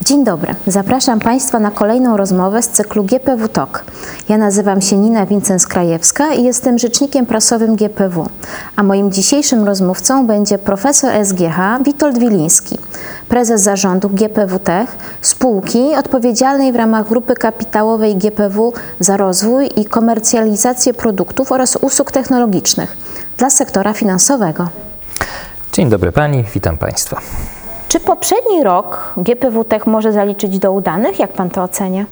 Dzień dobry, zapraszam Państwa na kolejną rozmowę z cyklu GPW Talk. Ja nazywam się Nina Wincens-Krajewska i jestem rzecznikiem prasowym GPW, a moim dzisiejszym rozmówcą będzie profesor SGH Witold Wiliński, prezes zarządu GPW Tech, spółki odpowiedzialnej w ramach grupy kapitałowej GPW za rozwój i komercjalizację produktów oraz usług technologicznych dla sektora finansowego. Dzień dobry Pani, witam Państwa. Czy poprzedni rok GPW Tech może zaliczyć do udanych? Jak Pan to ocenia?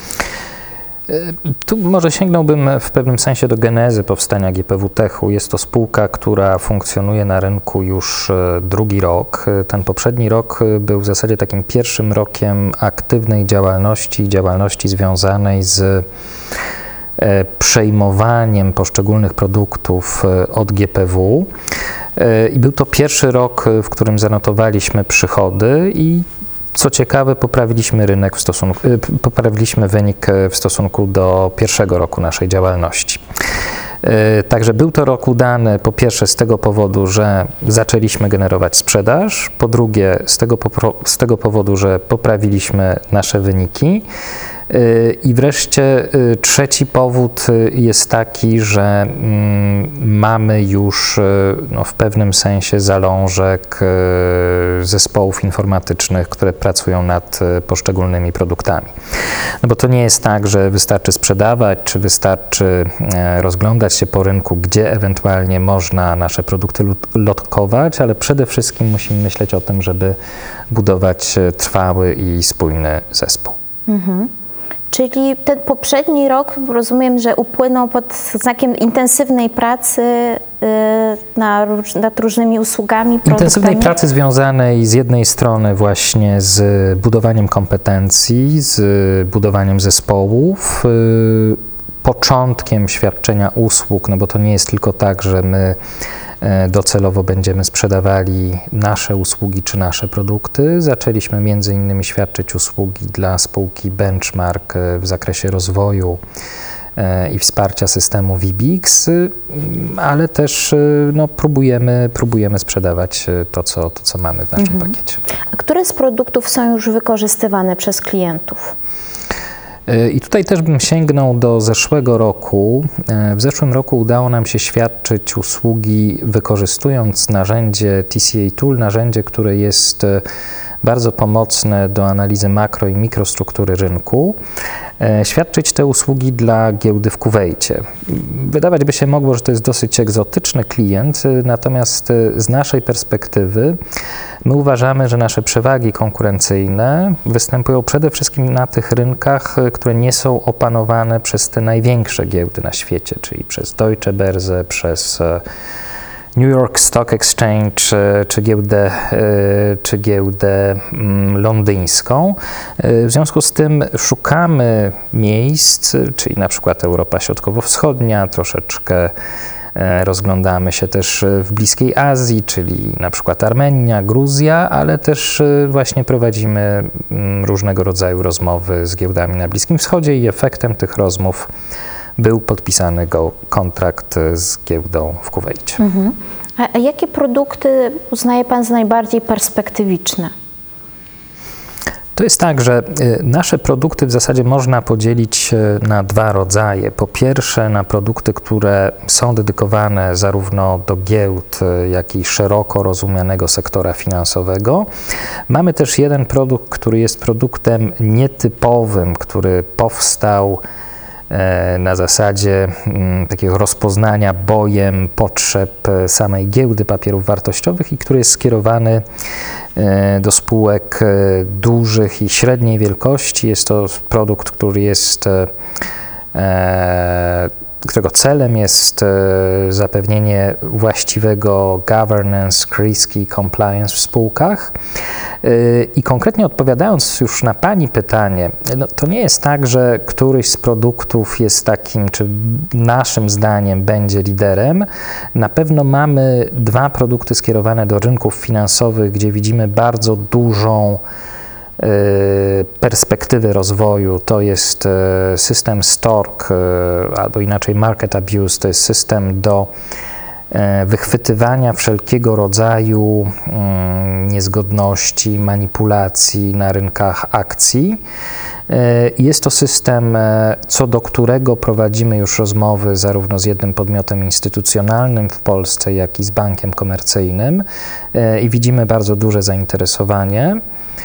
Tu może sięgnąłbym w pewnym sensie do genezy powstania GPW Techu. Jest to spółka, która funkcjonuje na rynku już drugi rok. Ten poprzedni rok był w zasadzie takim pierwszym rokiem aktywnej działalności związanej z przejmowaniem poszczególnych produktów od GPW. I był to pierwszy rok, w którym zanotowaliśmy przychody i co ciekawe poprawiliśmy wynik w stosunku do pierwszego roku naszej działalności. Także był to rok udany po pierwsze z tego powodu, że zaczęliśmy generować sprzedaż, po drugie z tego powodu, że poprawiliśmy nasze wyniki. I wreszcie trzeci powód jest taki, że mamy już w pewnym sensie zalążek zespołów informatycznych, które pracują nad poszczególnymi produktami. No bo to nie jest tak, że wystarczy sprzedawać, czy wystarczy rozglądać się po rynku, gdzie ewentualnie można nasze produkty lokować, ale przede wszystkim musimy myśleć o tym, żeby budować trwały i spójny zespół. Czyli ten poprzedni rok, rozumiem, że upłynął pod znakiem intensywnej pracy nad różnymi usługami, produktami? Intensywnej pracy związanej z jednej strony właśnie z budowaniem kompetencji, z budowaniem zespołów, początkiem świadczenia usług, no bo to nie jest tylko tak, że my docelowo będziemy sprzedawali nasze usługi czy nasze produkty. Zaczęliśmy między innymi świadczyć usługi dla spółki Benchmark w zakresie rozwoju i wsparcia systemu VBIX, ale też próbujemy sprzedawać to, co mamy w naszym pakiecie. A które z produktów są już wykorzystywane przez klientów? I tutaj też bym sięgnął do zeszłego roku. W zeszłym roku udało nam się świadczyć usługi wykorzystując narzędzie TCA Tool, narzędzie, które jest bardzo pomocne do analizy makro i mikrostruktury rynku, świadczyć te usługi dla giełdy w Kuwejcie. Wydawać by się mogło, że to jest dosyć egzotyczny klient, natomiast z naszej perspektywy my uważamy, że nasze przewagi konkurencyjne występują przede wszystkim na tych rynkach, które nie są opanowane przez te największe giełdy na świecie, czyli przez Deutsche Börse, przez New York Stock Exchange czy giełdę londyńską. W związku z tym szukamy miejsc, czyli na przykład Europa Środkowo-Wschodnia, troszeczkę rozglądamy się też w Bliskiej Azji, czyli na przykład Armenia, Gruzja, ale też właśnie prowadzimy różnego rodzaju rozmowy z giełdami na Bliskim Wschodzie i efektem tych rozmów był podpisany kontrakt z giełdą w Kuwejcie. A jakie produkty uznaje Pan za najbardziej perspektywiczne? To jest tak, że nasze produkty w zasadzie można podzielić na dwa rodzaje. Po pierwsze na produkty, które są dedykowane zarówno do giełd, jak i szeroko rozumianego sektora finansowego. Mamy też jeden produkt, który jest produktem nietypowym, który powstał na zasadzie takiego rozpoznania bojem potrzeb samej giełdy papierów wartościowych i który jest skierowany do spółek dużych i średniej wielkości. Jest to produkt, którego celem jest zapewnienie właściwego governance, risk i compliance w spółkach. I konkretnie odpowiadając już na Pani pytanie, to nie jest tak, że któryś z produktów jest takim, czy naszym zdaniem będzie liderem. Na pewno mamy dwa produkty skierowane do rynków finansowych, gdzie widzimy bardzo dużą perspektywy rozwoju. To jest system STORK, albo inaczej Market Abuse, to jest system do wychwytywania wszelkiego rodzaju niezgodności, manipulacji na rynkach akcji. Jest to system, co do którego prowadzimy już rozmowy zarówno z jednym podmiotem instytucjonalnym w Polsce, jak i z bankiem komercyjnym i widzimy bardzo duże zainteresowanie.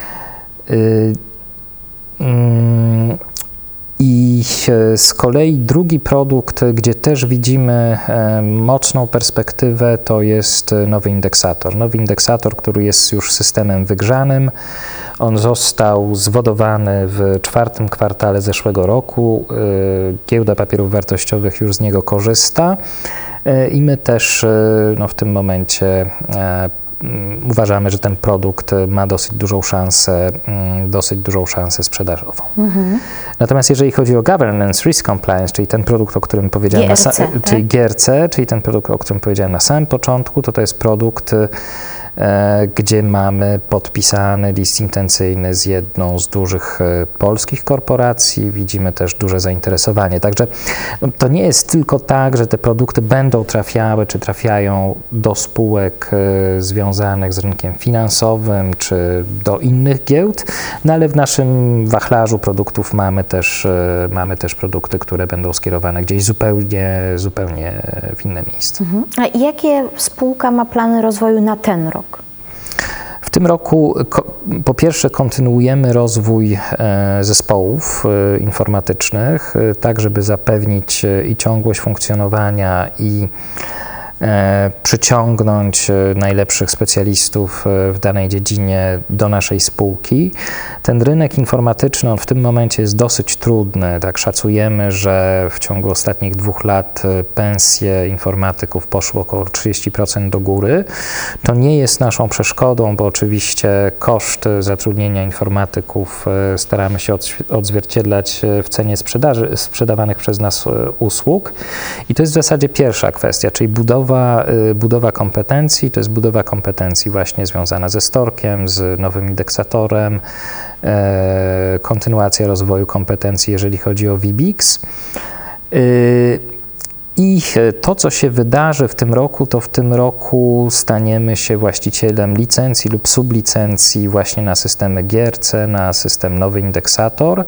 I z kolei drugi produkt, gdzie też widzimy mocną perspektywę, to jest nowy indeksator. Nowy indeksator, który jest już systemem wygrzanym. On został zwodowany w 4. kwartale zeszłego roku. Giełda Papierów Wartościowych już z niego korzysta i my też w tym momencie uważamy, że ten produkt ma dosyć dużą szansę sprzedażową. Natomiast jeżeli chodzi o Governance Risk Compliance, czyli ten produkt, o którym powiedziałem, czyli GRC, czyli ten produkt, o którym powiedziałem na samym początku, to jest produkt, gdzie mamy podpisany list intencyjny z jedną z dużych polskich korporacji. Widzimy też duże zainteresowanie. Także to nie jest tylko tak, że te produkty będą trafiały, czy trafiają do spółek związanych z rynkiem finansowym, czy do innych giełd, no ale w naszym wachlarzu produktów mamy też produkty, które będą skierowane gdzieś zupełnie w inne miejsce. A jakie spółka ma plany rozwoju na ten rok? W tym roku po pierwsze kontynuujemy rozwój zespołów informatycznych, tak żeby zapewnić i ciągłość funkcjonowania i przyciągnąć najlepszych specjalistów w danej dziedzinie do naszej spółki. Ten rynek informatyczny, on w tym momencie jest dosyć trudny. Tak szacujemy, że w ciągu ostatnich 2 lat pensje informatyków poszły około 30% do góry. To nie jest naszą przeszkodą, bo oczywiście koszt zatrudnienia informatyków staramy się odzwierciedlać w cenie sprzedawanych przez nas usług. I to jest w zasadzie pierwsza kwestia, czyli budowa kompetencji, to jest budowa kompetencji właśnie związana ze Storkiem, z nowym indeksatorem, kontynuacja rozwoju kompetencji, jeżeli chodzi o VBIX. I to, co się wydarzy w tym roku, to w tym roku staniemy się właścicielem licencji lub sublicencji właśnie na systemy GRC, na system nowy indeksator.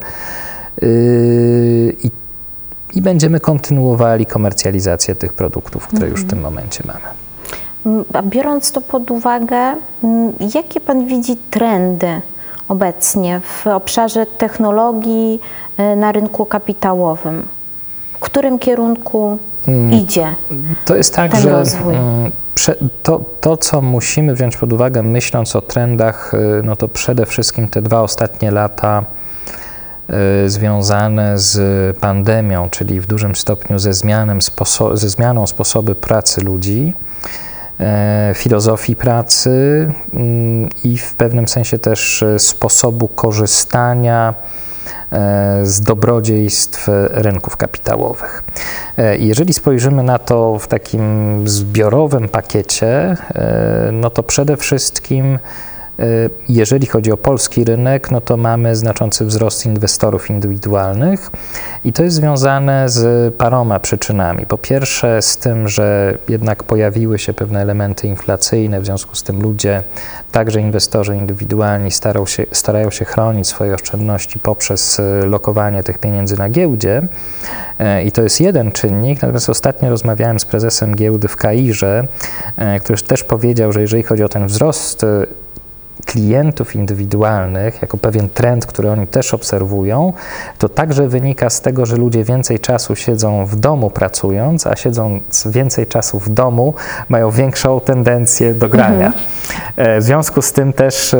I będziemy kontynuowali komercjalizację tych produktów, które już w tym momencie mamy. A biorąc to pod uwagę, jakie Pan widzi trendy obecnie w obszarze technologii na rynku kapitałowym? W którym kierunku idzie to jest tak, ten że rozwój? To, co musimy wziąć pod uwagę, myśląc o trendach, no to przede wszystkim te 2 ostatnie lata związane z pandemią, czyli w dużym stopniu ze zmianą sposobu pracy ludzi, filozofii pracy i w pewnym sensie też sposobu korzystania z dobrodziejstw rynków kapitałowych. Jeżeli spojrzymy na to w takim zbiorowym pakiecie, no to przede wszystkim jeżeli chodzi o polski rynek, no to mamy znaczący wzrost inwestorów indywidualnych i to jest związane z paroma przyczynami. Po pierwsze z tym, że jednak pojawiły się pewne elementy inflacyjne, w związku z tym ludzie, także inwestorzy indywidualni starają się chronić swoje oszczędności poprzez lokowanie tych pieniędzy na giełdzie i to jest jeden czynnik. Natomiast ostatnio rozmawiałem z prezesem giełdy w Kairze, który też powiedział, że jeżeli chodzi o ten wzrost klientów indywidualnych, jako pewien trend, który oni też obserwują, to także wynika z tego, że ludzie więcej czasu siedzą w domu pracując, a siedząc więcej czasu w domu mają większą tendencję do grania. W związku z tym też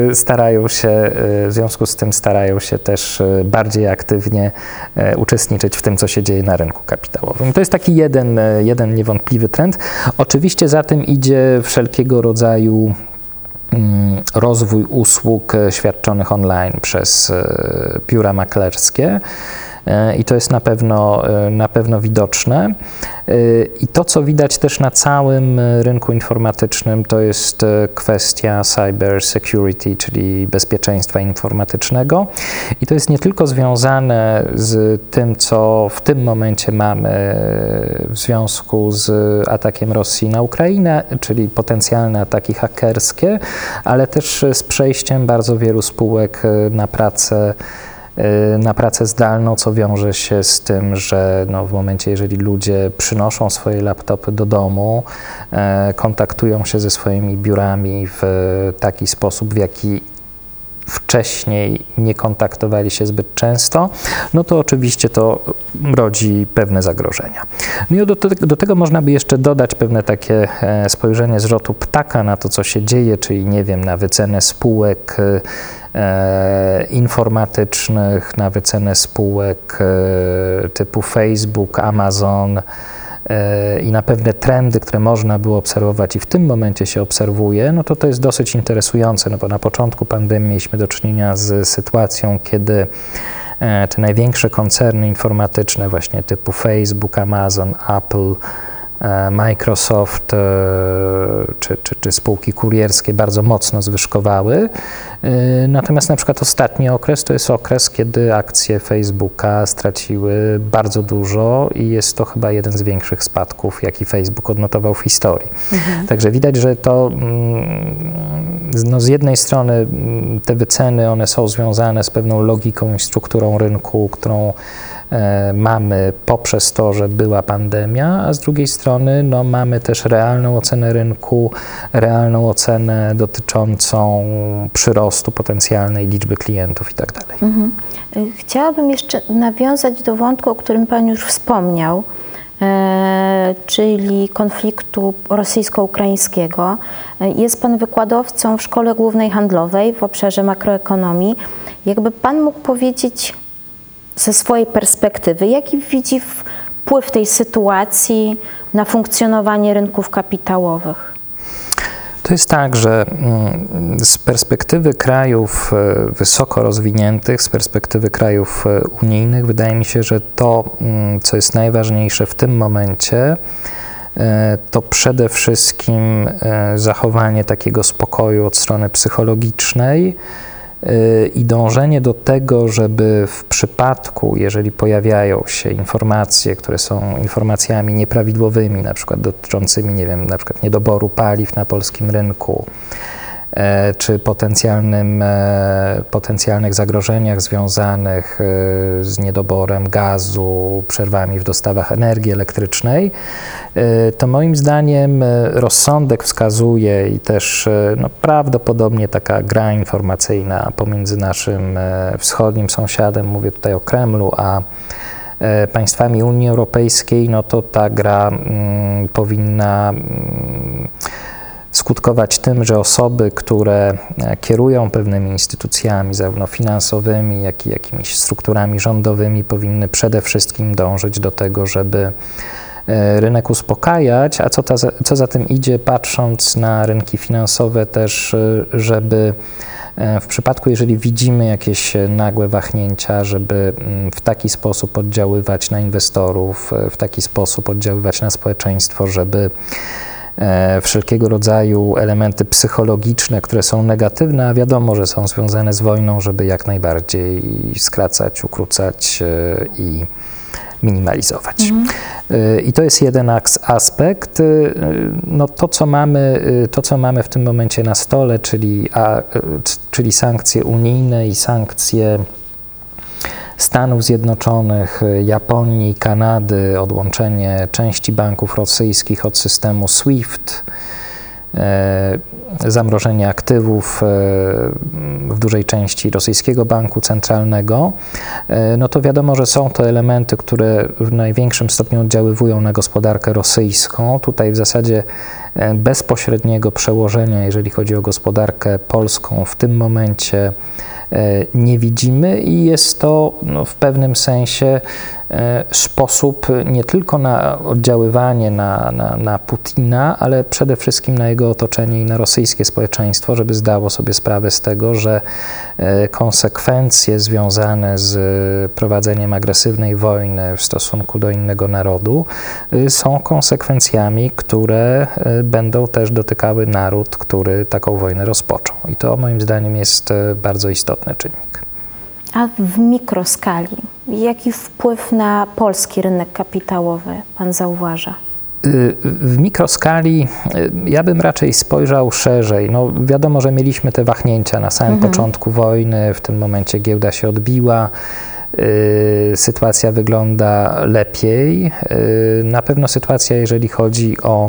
starają się też bardziej aktywnie uczestniczyć w tym, co się dzieje na rynku kapitałowym. To jest taki jeden niewątpliwy trend. Oczywiście za tym idzie wszelkiego rodzaju rozwój usług świadczonych online przez biura maklerskie. i to jest na pewno widoczne. I to, co widać też na całym rynku informatycznym, to jest kwestia cyber security, czyli bezpieczeństwa informatycznego. I to jest nie tylko związane z tym, co w tym momencie mamy w związku z atakiem Rosji na Ukrainę, czyli potencjalne ataki hakerskie, ale też z przejściem bardzo wielu spółek na pracę zdalną, co wiąże się z tym, że w momencie, jeżeli ludzie przynoszą swoje laptopy do domu, kontaktują się ze swoimi biurami w taki sposób, w jaki wcześniej nie kontaktowali się zbyt często, to oczywiście to rodzi pewne zagrożenia. I do tego można by jeszcze dodać pewne takie spojrzenie z lotu ptaka na to, co się dzieje, czyli na wycenę spółek informatycznych, na wycenę spółek typu Facebook, Amazon i na pewne trendy, które można było obserwować i w tym momencie się obserwuje, to jest dosyć interesujące, bo na początku pandemii mieliśmy do czynienia z sytuacją, kiedy te największe koncerny informatyczne właśnie typu Facebook, Amazon, Apple, Microsoft czy spółki kurierskie bardzo mocno zwyżkowały. Natomiast na przykład ostatni okres to jest okres, kiedy akcje Facebooka straciły bardzo dużo i jest to chyba jeden z większych spadków, jaki Facebook odnotował w historii. Także widać, że to z jednej strony te wyceny, one są związane z pewną logiką i strukturą rynku, którą mamy poprzez to, że była pandemia, a z drugiej strony mamy też realną ocenę rynku, realną ocenę dotyczącą przyrostu potencjalnej liczby klientów i tak dalej. Chciałabym jeszcze nawiązać do wątku, o którym Pan już wspomniał, czyli konfliktu rosyjsko-ukraińskiego. Jest Pan wykładowcą w Szkole Głównej Handlowej w obszarze makroekonomii. Jakby Pan mógł powiedzieć ze swojej perspektywy, jaki widzi wpływ tej sytuacji na funkcjonowanie rynków kapitałowych? To jest tak, że z perspektywy krajów wysoko rozwiniętych, z perspektywy krajów unijnych, wydaje mi się, że to, co jest najważniejsze w tym momencie, to przede wszystkim zachowanie takiego spokoju od strony psychologicznej i dążenie do tego, żeby w przypadku, jeżeli pojawiają się informacje, które są informacjami nieprawidłowymi, na przykład dotyczącymi, na przykład niedoboru paliw na polskim rynku, czy potencjalnych zagrożeniach związanych z niedoborem gazu, przerwami w dostawach energii elektrycznej, to moim zdaniem rozsądek wskazuje i też prawdopodobnie taka gra informacyjna pomiędzy naszym wschodnim sąsiadem, mówię tutaj o Kremlu, a państwami Unii Europejskiej, to ta gra powinna skutkować tym, że osoby, które kierują pewnymi instytucjami, zarówno finansowymi, jak i jakimiś strukturami rządowymi, powinny przede wszystkim dążyć do tego, żeby rynek uspokajać, a co za tym idzie, patrząc na rynki finansowe też, żeby w przypadku, jeżeli widzimy jakieś nagłe wahnięcia, żeby w taki sposób oddziaływać na inwestorów, w taki sposób oddziaływać na społeczeństwo, żeby wszelkiego rodzaju elementy psychologiczne, które są negatywne, a wiadomo, że są związane z wojną, żeby jak najbardziej skracać, ukrócać i minimalizować. I to jest jeden aspekt. To, co mamy w tym momencie na stole, czyli sankcje unijne i sankcje Stanów Zjednoczonych, Japonii, Kanady, odłączenie części banków rosyjskich od systemu SWIFT, zamrożenie aktywów w dużej części rosyjskiego banku centralnego, to wiadomo, że są to elementy, które w największym stopniu oddziaływują na gospodarkę rosyjską. Tutaj w zasadzie bezpośredniego przełożenia, jeżeli chodzi o gospodarkę polską, w tym momencie nie widzimy i jest to w pewnym sensie sposób nie tylko na oddziaływanie na Putina, ale przede wszystkim na jego otoczenie i na rosyjskie społeczeństwo, żeby zdało sobie sprawę z tego, że konsekwencje związane z prowadzeniem agresywnej wojny w stosunku do innego narodu są konsekwencjami, które będą też dotykały naród, który taką wojnę rozpoczął. I to moim zdaniem jest bardzo istotny czynnik. A w mikroskali, jaki wpływ na polski rynek kapitałowy Pan zauważa? W mikroskali ja bym raczej spojrzał szerzej. No, wiadomo, że mieliśmy te wahnięcia na samym początku wojny, w tym momencie giełda się odbiła, sytuacja wygląda lepiej. Na pewno sytuacja, jeżeli chodzi o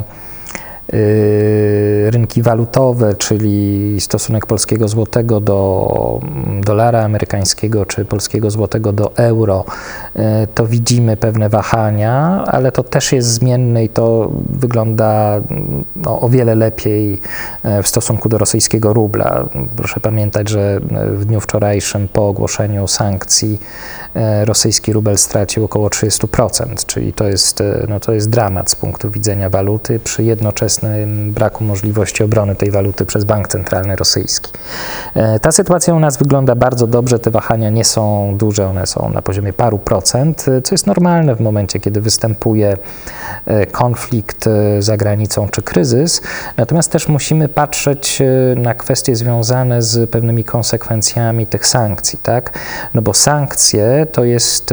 rynki walutowe, czyli stosunek polskiego złotego do dolara amerykańskiego, czy polskiego złotego do euro, to widzimy pewne wahania, ale to też jest zmienne i to wygląda o wiele lepiej w stosunku do rosyjskiego rubla. Proszę pamiętać, że w dniu wczorajszym po ogłoszeniu sankcji rosyjski rubel stracił około 30%, czyli to jest dramat z punktu widzenia waluty przy jednoczesnym braku możliwości obrony tej waluty przez bank centralny rosyjski. Ta sytuacja u nas wygląda bardzo dobrze, te wahania nie są duże, one są na poziomie paru procent, co jest normalne w momencie, kiedy występuje konflikt za granicą czy kryzys, natomiast też musimy patrzeć na kwestie związane z pewnymi konsekwencjami tych sankcji, tak? No bo sankcje to jest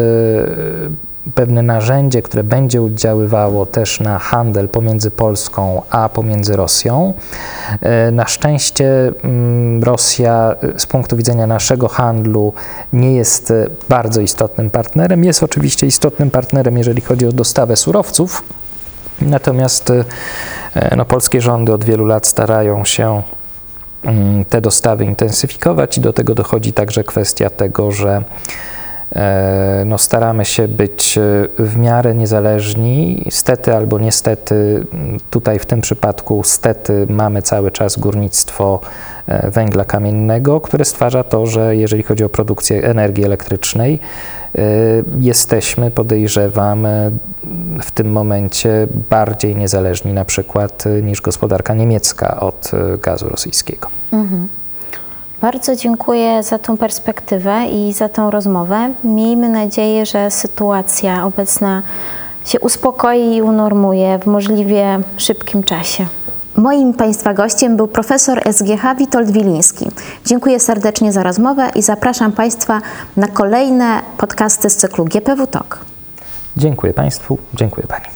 pewne narzędzie, które będzie oddziaływało też na handel pomiędzy Polską a pomiędzy Rosją. Na szczęście Rosja z punktu widzenia naszego handlu nie jest bardzo istotnym partnerem. Jest oczywiście istotnym partnerem, jeżeli chodzi o dostawę surowców, natomiast polskie rządy od wielu lat starają się te dostawy intensyfikować i do tego dochodzi także kwestia tego, że staramy się być w miarę niezależni. Stety albo niestety, tutaj w tym przypadku stety mamy cały czas górnictwo węgla kamiennego, które stwarza to, że jeżeli chodzi o produkcję energii elektrycznej, jesteśmy, podejrzewam, w tym momencie bardziej niezależni na przykład niż gospodarka niemiecka od gazu rosyjskiego. Bardzo dziękuję za tą perspektywę i za tą rozmowę. Miejmy nadzieję, że sytuacja obecna się uspokoi i unormuje w możliwie szybkim czasie. Moim Państwa gościem był profesor SGH Witold Wiliński. Dziękuję serdecznie za rozmowę i zapraszam Państwa na kolejne podcasty z cyklu GPW Talk. Dziękuję Państwu, dziękuję Pani.